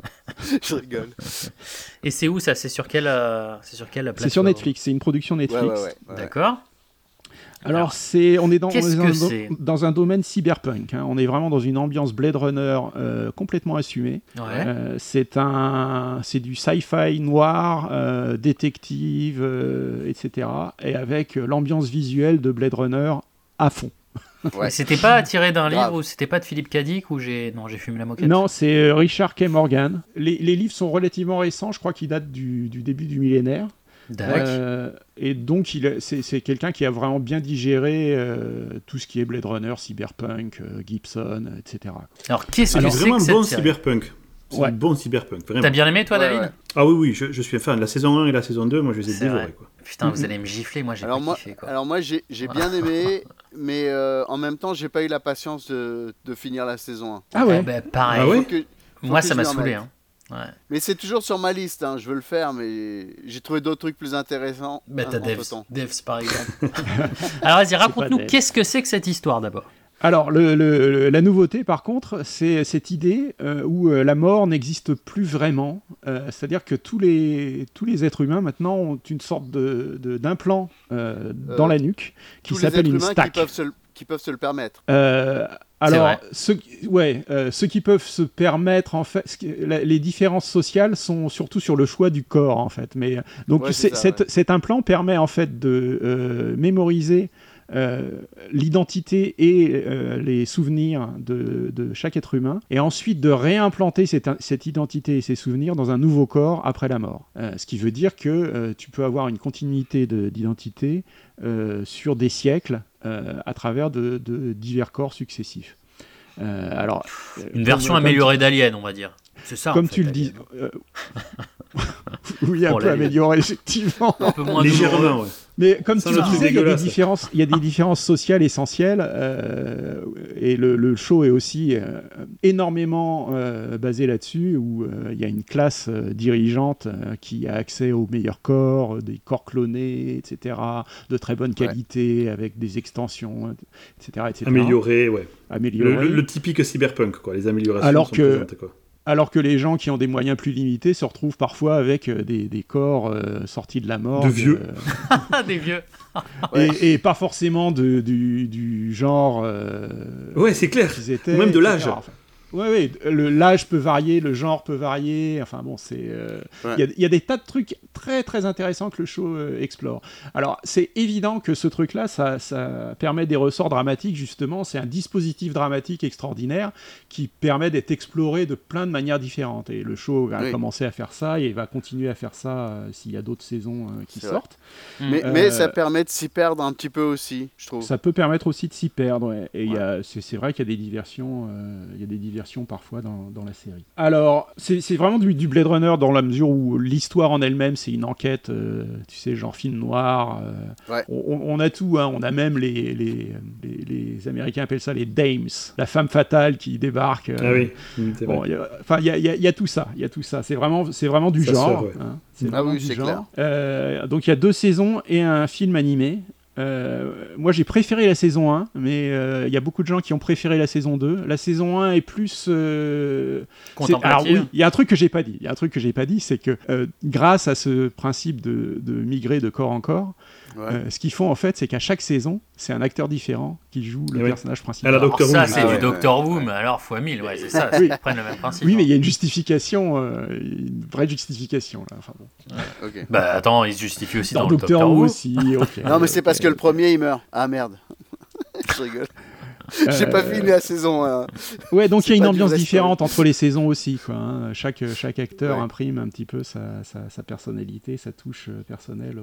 Je rigole. Et c'est où ça? C'est sur quelle plateforme? C'est sur Netflix, c'est une production Netflix. Ouais. D'accord. Alors, on est dans un domaine cyberpunk. Hein. On est vraiment dans une ambiance Blade Runner complètement assumée. Ouais. C'est du sci-fi noir, détective, etc. Et avec l'ambiance visuelle de Blade Runner à fond. Ouais. C'était pas tiré d'un livre ou c'était pas de Philippe Cadic ou j'ai fumé la moquette? Non, c'est Richard K. Morgan. Les livres sont relativement récents, je crois qu'ils datent du début du millénaire. Et donc c'est quelqu'un qui a vraiment bien digéré tout ce qui est Blade Runner, cyberpunk, Gibson, etc. Alors qu'est-ce que c'est vraiment que un cette bon série? Cyberpunk. C'est un bon cyberpunk, vraiment. T'as bien aimé toi, David? Ah oui, je suis fan. La saison 1 et la saison 2, moi je les ai dévorés. Putain, vous allez me gifler, moi j'ai pas kiffé. Quoi. Alors moi j'ai bien aimé, mais en même temps j'ai pas eu la patience de finir la saison 1. Ah ouais, pareil. Ah ouais moi ça m'a saoulé. Hein. Ouais. Mais c'est toujours sur ma liste, hein. Je veux le faire, mais j'ai trouvé d'autres trucs plus intéressants. Mais t'as Devs par exemple. Alors vas-y, raconte-nous, qu'est-ce que c'est que cette histoire d'abord? Alors, la nouveauté, par contre, c'est cette idée où la mort n'existe plus vraiment. C'est-à-dire que tous les êtres humains, maintenant, ont une sorte d'implant dans la nuque qui s'appelle une stack. Qui peuvent se le permettre. Alors, ceux qui peuvent se permettre, en fait, les différences sociales sont surtout sur le choix du corps, en fait. Mais, donc, cet implant permet, en fait, de mémoriser l'identité et les souvenirs de chaque être humain, et ensuite de réimplanter cette identité et ces souvenirs dans un nouveau corps après la mort. Ce qui veut dire que tu peux avoir une continuité d'identité sur des siècles à travers de divers corps successifs. Une version améliorée d'Alien, on va dire. C'est ça. Comme en fait, tu le dis. Oui, un peu amélioré, effectivement. Un peu moins légèrement, ouais. Mais comme tu le disais, il y a des différences sociales essentielles. Et le show est aussi énormément basé là-dessus, où il y a une classe dirigeante qui a accès aux meilleurs corps, des corps clonés, etc., de très bonne qualité, avec des extensions, etc. Amélioré, ouais. Amélioré. Le typique cyberpunk, quoi. Les améliorations sont présentes, quoi. Alors que les gens qui ont des moyens plus limités se retrouvent parfois avec des corps sortis de la mort. De vieux. Des vieux. Et pas forcément du genre... ouais, c'est clair. Étaient, ou même de l'âge. Enfin, oui, l'âge peut varier, le genre peut varier. Enfin bon, il y a des tas de trucs très très intéressants que le show explore. Alors c'est évident que ce truc-là, ça permet des ressorts dramatiques justement. C'est un dispositif dramatique extraordinaire qui permet d'être exploré de plein de manières différentes. Et le show va commencer à faire ça et va continuer à faire ça s'il y a d'autres saisons qui sortent. Mais ça permet de s'y perdre un petit peu aussi, je trouve. Ça peut permettre aussi de s'y perdre. Ouais. Et c'est vrai qu'il y a des diversions. Parfois dans la série. Alors, c'est vraiment du Blade Runner dans la mesure où l'histoire en elle-même, c'est une enquête, tu sais, genre film noir. On a tout, hein. On a même les Américains appellent ça les dames, la femme fatale qui débarque. Ah oui, c'est bon, vrai. Il y a tout ça, C'est vraiment du genre. Ouais. Hein. C'est vraiment du genre. Clair. Donc il y a 2 saisons et un film animé. Moi j'ai préféré la saison 1, mais il y a beaucoup de gens qui ont préféré la saison 2. La saison 1 est plus contemplative. Alors oui, il y a un truc que j'ai pas dit, c'est que grâce à ce principe de migrer de corps en corps, ce qu'ils font en fait, c'est qu'à chaque saison, c'est un acteur différent qui joue le personnage principal. Alors ça, c'est du Doctor Who, mais alors fois 1000, c'est ça, ils prennent le même principe. Oui, mais il y a une justification, une vraie justification là. Enfin, bon. Okay. Bah attends, il se justifie aussi dans le Doctor Who aussi. Okay. Non, mais c'est parce que le premier il meurt. Ah merde. Je rigole. J'ai pas fini la saison. Ouais, donc il y a une ambiance différente entre les saisons aussi, quoi. Hein. Chaque acteur imprime un petit peu sa personnalité, sa touche personnelle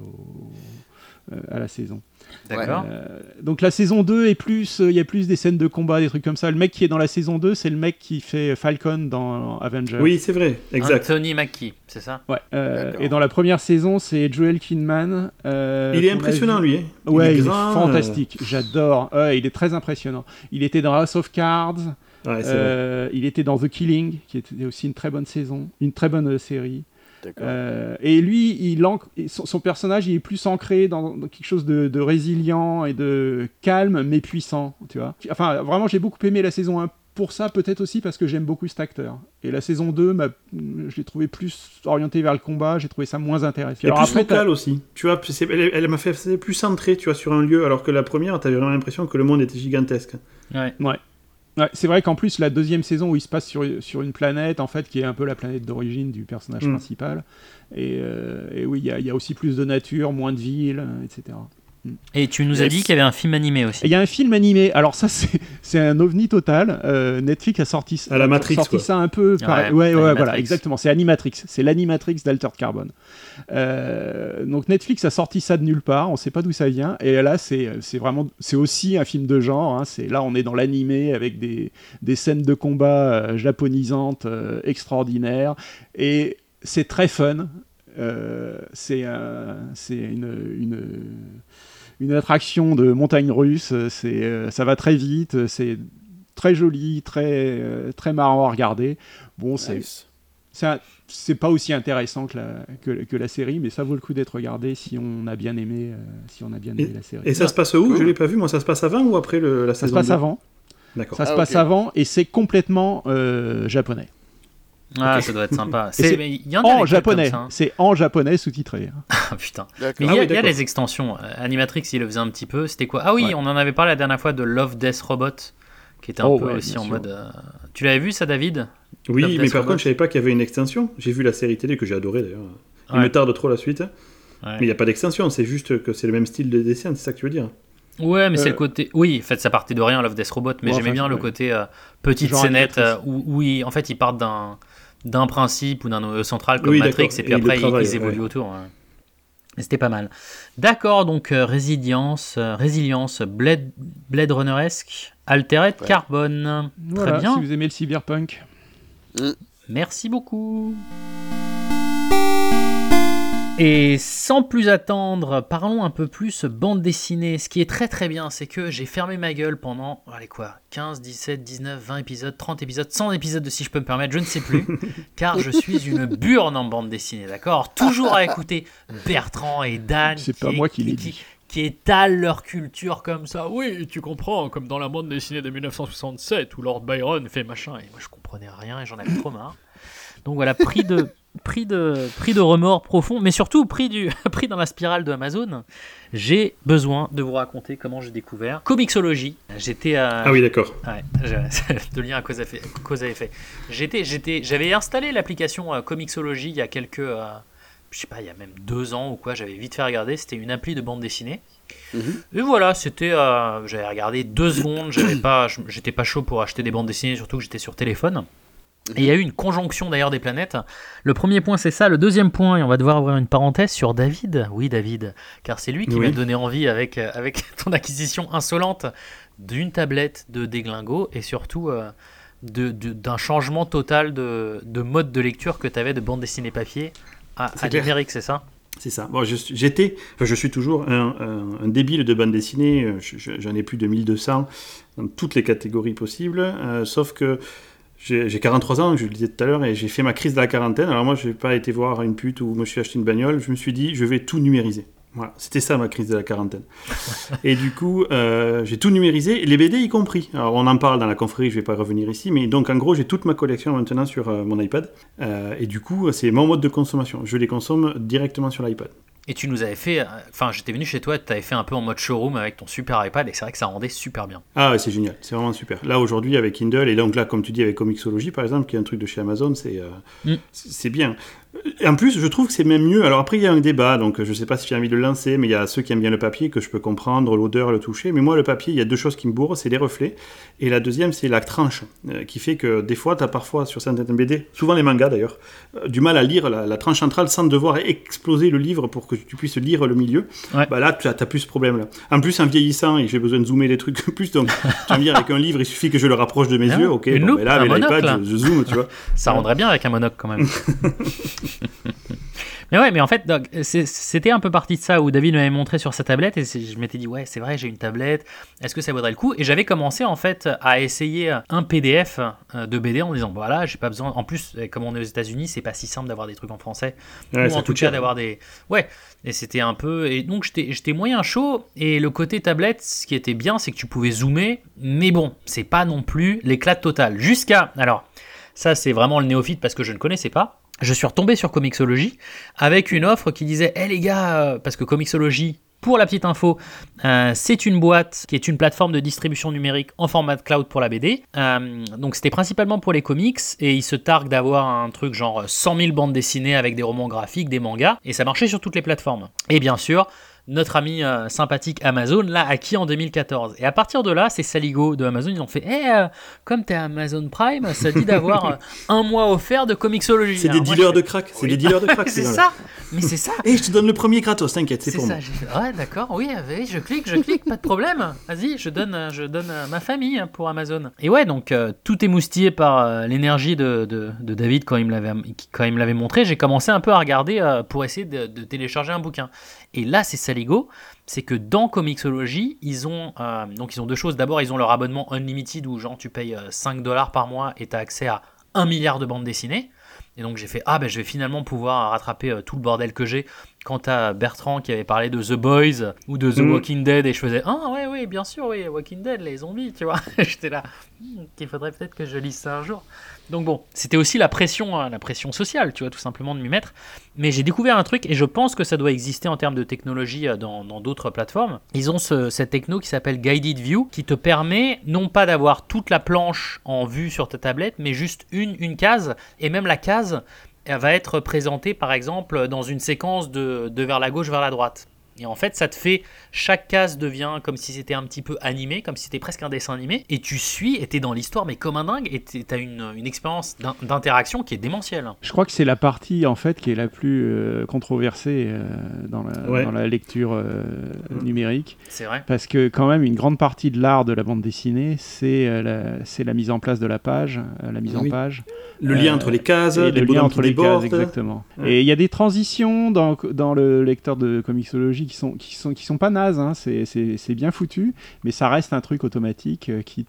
à la saison. D'accord. Donc la saison 2 est plus, il y a plus des scènes de combat, des trucs comme ça. Le mec qui est dans la saison 2, c'est le mec qui fait Falcon dans Avengers. Oui, c'est vrai, exact. Anthony Mackie, c'est ça. Ouais. Et dans la première saison, c'est Joel Kinnaman. Il est impressionnant, lui. Hein. Ouais, il est fantastique. J'adore. Il est très impressionnant. Il était dans House of Cards. Ouais, il était dans The Killing, qui était aussi une très bonne saison, une très bonne série. Et lui, son personnage, il est plus ancré dans quelque chose de résilient et de calme, mais puissant, tu vois. Enfin, vraiment, j'ai beaucoup aimé la saison 1 pour ça, peut-être aussi parce que j'aime beaucoup cet acteur. Et la saison 2, je l'ai trouvé plus orienté vers le combat, j'ai trouvé ça moins intéressant. Et plus local aussi. Tu vois, elle m'a fait plus centré, tu vois, sur un lieu, alors que la première, t'avais vraiment l'impression que le monde était gigantesque. Ouais, c'est vrai qu'en plus, la deuxième saison où il se passe sur une planète, en fait, qui est un peu la planète d'origine du personnage principal. Et oui, il y a aussi plus de nature, moins de villes, etc. Et tu nous as dit qu'il y avait un film animé aussi. Il y a un film animé, alors ça c'est un ovni total. Netflix a sorti ça un peu pareil. Ouais, voilà, exactement. C'est Animatrix, c'est l'Animatrix d'Altered Carbon. Donc Netflix a sorti ça de nulle part, on sait pas d'où ça vient. Et là c'est aussi un film de genre. Hein. Là on est dans l'animé avec des scènes de combat japonisantes extraordinaires et c'est très fun. C'est une attraction de montagne russe, ça va très vite, c'est très joli, très marrant à regarder. Bon, c'est pas aussi intéressant que la série, mais ça vaut le coup d'être regardé si on a bien aimé, la série. Et ça se passe où ? Je l'ai pas vu, moi. Ça se passe avant ou après la saison 2 ? Ça se passe avant. D'accord. Ça se passe avant et c'est complètement japonais. Ah, ça doit être sympa. Il y en a en japonais. Ça, hein. C'est en japonais sous-titré. Ah putain. Mais il y a les extensions. Animatrix, il le faisait un petit peu. C'était quoi ? Ah oui, on en avait parlé la dernière fois de Love, Death, Robot, qui était un peu aussi en mode. Tu l'avais vu ça, David ? Oui, Love, mais par contre, je savais pas qu'il y avait une extension. J'ai vu la série télé que j'ai adorée d'ailleurs. Il me tarde trop la suite. Ouais. Mais il n'y a pas d'extension. C'est juste que c'est le même style de dessin. C'est ça que tu veux dire ? Ouais, mais c'est le côté. Oui, en fait, ça partait de rien, Love, Death, Robot. Mais j'aimais bien le côté petite scénette où en fait, ils partent d'un principe ou d'un noyau central comme Matrix et puis après ils évoluent autour. Et c'était pas mal. D'accord, donc Résilience, Blade Runner-esque, Altered Carbon. Voilà, très bien. Si vous aimez le cyberpunk. Merci beaucoup. Et sans plus attendre, parlons un peu plus bande dessinée. Ce qui est très très bien, c'est que j'ai fermé ma gueule pendant, 15, 17, 19, 20 épisodes, 30 épisodes, 100 épisodes de Si je peux me permettre, je ne sais plus, car je suis une burne en bande dessinée, d'accord ? Toujours à écouter Bertrand et Dan qui étalent leur culture comme ça. Oui, tu comprends, comme dans la bande dessinée de 1967 où Lord Byron fait machin, et moi je comprenais rien et j'en avais trop marre. Donc voilà, pris de remords profonds, mais surtout pris dans la spirale de Amazon, j'ai besoin de vous raconter comment j'ai découvert Comixology. Ah oui, d'accord. Ouais, de lien à cause à effet. J'avais installé l'application Comixology il y a il y a même 2 ans ou quoi, j'avais vite fait regarder, c'était une appli de bande dessinée. Et voilà, j'avais regardé 2 secondes, j'étais pas chaud pour acheter des bandes dessinées, surtout que j'étais sur téléphone. Et il y a eu une conjonction d'ailleurs des planètes. Le premier point c'est ça, le deuxième point, et on va devoir ouvrir une parenthèse sur David. Oui David, car c'est lui qui m'a donné envie avec ton acquisition insolente d'une tablette de déglingo et surtout d'un changement total de mode de lecture que tu avais de bande dessinée papier à numérique, c'est ça ? C'est ça. Bon, je suis toujours un débile de bande dessinée, j'en ai plus de 1200 dans toutes les catégories possibles, sauf que j'ai 43 ans, je le disais tout à l'heure, et j'ai fait ma crise de la quarantaine. Alors moi, je n'ai pas été voir une pute ou me suis acheté une bagnole. Je me suis dit, je vais tout numériser. Voilà, c'était ça ma crise de la quarantaine. Et du coup, j'ai tout numérisé, les BD y compris. Alors on en parle dans la confrérie, je ne vais pas revenir ici, mais donc en gros, j'ai toute ma collection maintenant sur mon iPad. Et du coup, c'est mon mode de consommation. Je les consomme directement sur l'iPad. Et tu nous avais fait, j'étais venu chez toi, tu avais fait un peu en mode showroom avec ton super iPad et c'est vrai que ça rendait super bien. Ah ouais, c'est génial, c'est vraiment super. Là aujourd'hui avec Kindle et donc là comme tu dis avec Comixology par exemple, qui est un truc de chez Amazon, c'est bien. Et en plus, je trouve que c'est même mieux. Alors après, il y a un débat, donc je ne sais pas si j'ai envie de le lancer, mais il y a ceux qui aiment bien le papier, que je peux comprendre, l'odeur, le toucher. Mais moi, le papier, il y a 2 choses qui me bourrent, c'est les reflets. Et la deuxième, c'est la tranche, qui fait que des fois, tu as parfois, sur certaines BD, souvent les mangas d'ailleurs, du mal à lire la tranche centrale sans devoir exploser le livre pour que tu puisses lire le milieu. Ouais. Bah là, tu n'as plus ce problème-là. En plus, en vieillissant, et j'ai besoin de zoomer les trucs plus, donc tu vas me dire, avec un livre, il suffit que je le rapproche de mes yeux. Ok, mais là, avec l'iPad, je zoome, tu vois. Ça rendrait bien avec un monocle quand même. Mais ouais, mais en fait, donc, c'était un peu parti de ça où David m'avait montré sur sa tablette et je m'étais dit, ouais, c'est vrai, j'ai une tablette, est-ce que ça vaudrait le coup? Et j'avais commencé en fait à essayer un PDF de BD en disant, voilà, j'ai pas besoin. En plus, comme on est aux États-Unis, c'est pas si simple d'avoir des trucs en français. Ouais, ou en tout cas d'avoir des. Ouais, et c'était un peu. Et donc j'étais moyen chaud. Et le côté tablette, ce qui était bien, c'est que tu pouvais zoomer. Mais bon, c'est pas non plus l'éclat total. Alors, ça, c'est vraiment le néophyte parce que je ne connaissais pas. Je suis retombé sur Comixology avec une offre qui disait les gars, parce que Comixology, pour la petite info, c'est une boîte qui est une plateforme de distribution numérique en format cloud pour la BD. Donc c'était principalement pour les comics et ils se targuent d'avoir un truc genre 100 000 bandes dessinées avec des romans graphiques, des mangas, et ça marchait sur toutes les plateformes. Et bien sûr, notre ami sympathique Amazon l'a acquis en 2014. Et à partir de là, ces saligots de Amazon, ils ont fait comme t'es Amazon Prime, ça dit d'avoir un mois offert de Comixology. C'est des dealers de crack. C'est des dealers de crack. C'est ça. Mais c'est ça. Et je te donne le premier gratos, t'inquiète, c'est pour ça. moi. J'ai fait, ouais, d'accord, oui, je clique, pas de problème. Vas-y, je donne ma famille pour Amazon. Et ouais, donc tout émoustillé par l'énergie de David quand il me l'avait montré. J'ai commencé un peu à regarder pour essayer de télécharger un bouquin. Et là, c'est saligo, c'est que dans Comixology, ils ont deux choses. D'abord, ils ont leur abonnement Unlimited où genre tu payes $5 par mois et tu as accès à 1 milliard de bandes dessinées. Et donc j'ai fait, je vais finalement pouvoir rattraper tout le bordel que j'ai. Quant à Bertrand qui avait parlé de The Boys ou de The Walking Dead, et je faisais, ouais, bien sûr, oui, Walking Dead, les zombies, tu vois. J'étais là, qu'il faudrait peut-être que je lise ça un jour. Donc bon, c'était aussi la pression sociale, tu vois, tout simplement de m'y mettre. Mais j'ai découvert un truc, et je pense que ça doit exister en termes de technologie dans d'autres plateformes. Ils ont cette techno qui s'appelle Guided View, qui te permet non pas d'avoir toute la planche en vue sur ta tablette, mais juste une case, et même la case, elle va être présentée par exemple dans une séquence de vers la gauche, vers la droite. Et en fait, ça te fait, chaque case devient comme si c'était un petit peu animé, comme si c'était presque un dessin animé, et tu suis, et t'es dans l'histoire, mais comme un dingue, et t'as une expérience d'interaction qui est démentielle. Je crois que c'est la partie, en fait, qui est la plus controversée dans la lecture numérique. C'est vrai. Parce que, quand même, une grande partie de l'art de la bande dessinée, c'est la mise en place de la page, la mise en page. Le lien entre les cases, le lien entre les cases, débordent. exactement. Ouais. Et il y a des transitions dans le lecteur de Comixology qui sont pas nazes, hein. C'est bien foutu, mais ça reste un truc automatique qui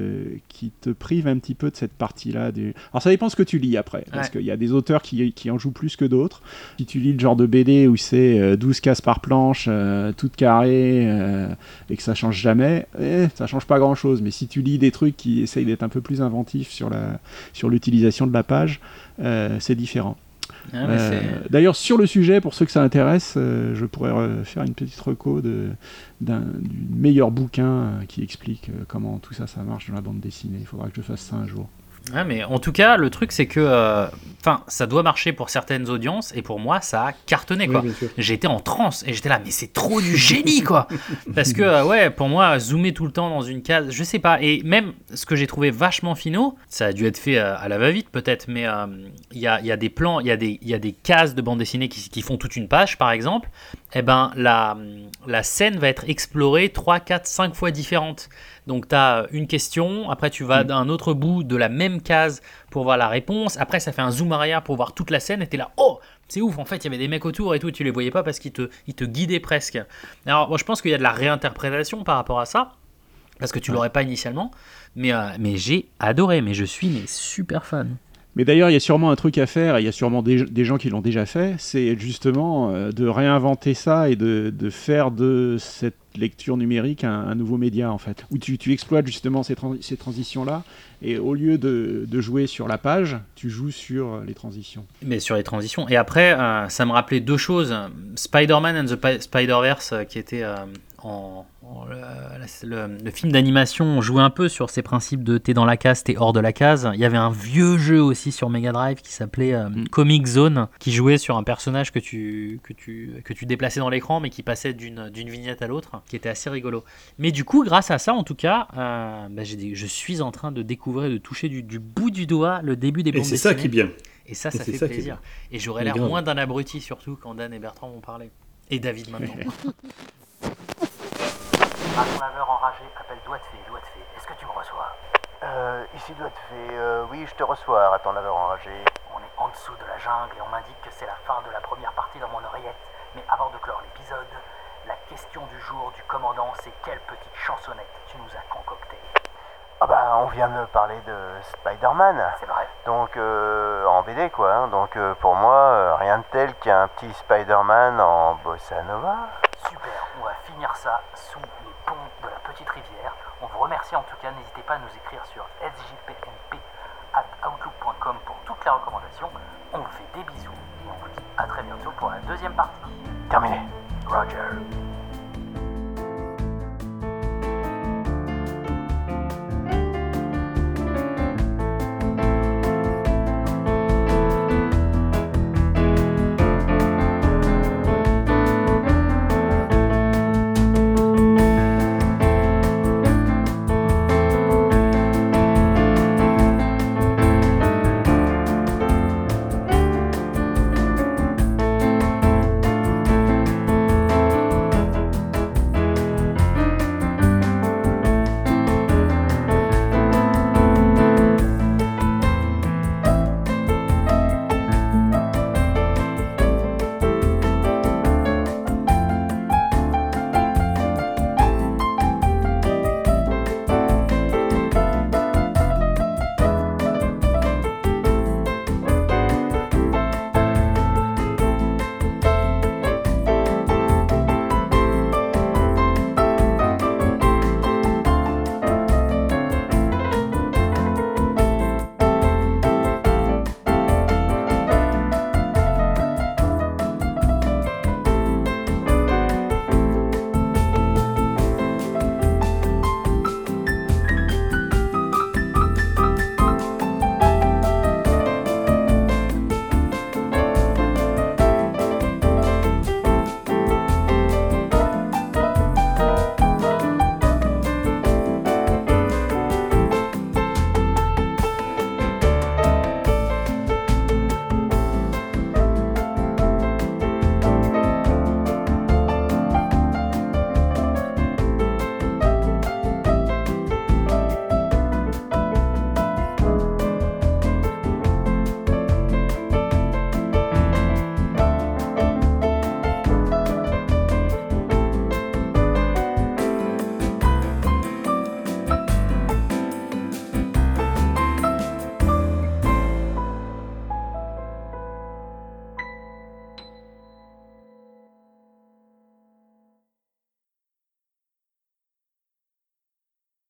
te prive un petit peu de cette partie-là. Alors ça dépend ce que tu lis après, parce qu'il y a des auteurs qui en jouent plus que d'autres. Si tu lis le genre de BD où c'est 12 cases par planche, toutes carrées, et que ça change jamais, ça change pas grand-chose. Mais si tu lis des trucs qui essayent d'être un peu plus inventifs sur l'utilisation de la page, c'est différent. D'ailleurs, sur le sujet, pour ceux que ça intéresse, je pourrais faire une petite reco d'un meilleur bouquin qui explique comment tout ça marche dans la bande dessinée. Il faudra que je fasse ça un jour. Ouais, mais en tout cas, le truc, c'est que ça doit marcher pour certaines audiences, et pour moi, ça a cartonné, quoi. Oui, j'ai été en transe, et j'étais là, mais c'est trop du génie, quoi. Parce que, pour moi, zoomer tout le temps dans une case, je sais pas. Et même, ce que j'ai trouvé vachement finaux, ça a dû être fait à la va-vite, peut-être, mais il y a des plans, il y a des cases de bande dessinée qui font toute une page, par exemple. Eh ben, la scène va être explorée 3, 4, 5 fois différente. Donc tu as une question, après tu vas d'un autre bout de la même case pour voir la réponse, après ça fait un zoom arrière pour voir toute la scène, et t'es là, oh, c'est ouf, en fait il y avait des mecs autour et tout, tu les voyais pas parce qu'ils te guidaient presque. Alors moi je pense qu'il y a de la réinterprétation par rapport à ça, parce que tu l'aurais pas initialement, mais j'ai adoré, mais je suis super fan. Mais d'ailleurs, il y a sûrement un truc à faire, et il y a sûrement des gens qui l'ont déjà fait, c'est justement de réinventer ça et de faire de cette lecture numérique un nouveau média, en fait, où tu exploites justement ces transitions-là, et au lieu de jouer sur la page, tu joues sur les transitions. Mais sur les transitions. Et après, ça me rappelait deux choses. Spider-Man and the Spider-Verse, qui était... le film d'animation, on jouait un peu sur ces principes de t'es dans la case, t'es hors de la case. Il y avait un vieux jeu aussi sur Mega Drive qui s'appelait Comic Zone, qui jouait sur un personnage que tu déplaçais dans l'écran, mais qui passait d'une vignette à l'autre, qui était assez rigolo. Mais du coup, grâce à ça, en tout cas, je suis en train de découvrir, de toucher du bout du doigt le début des bandes dessinées. Et c'est ça qui est bien. Et ça fait plaisir. Et j'aurais l'air moins d'un abruti, surtout quand Dan et Bertrand vont parler. Et David maintenant. Un laveur enragé appelle Doigt de Fée. Est-ce que tu me reçois? Ici Doigt de Fée, oui, je te reçois, raton laveur enragé. On est en dessous de la jungle et on m'indique que c'est la fin de la première partie dans mon oreillette. Mais avant de clore l'épisode, la question du jour du commandant, c'est quelle petite chansonnette tu nous as concoctée? Ah bah on vient de parler de Spider-Man. C'est vrai. Donc en BD quoi. Hein. Donc pour moi, rien de tel qu'un petit Spider-Man en bossa nova. Super, on va finir ça sous les ponts de la petite rivière. On vous remercie en tout cas, n'hésitez pas à nous écrire sur sjpnp@outlook.com pour toutes les recommandations. On vous fait des bisous et on vous dit à très bientôt pour la deuxième partie. Terminé. Roger.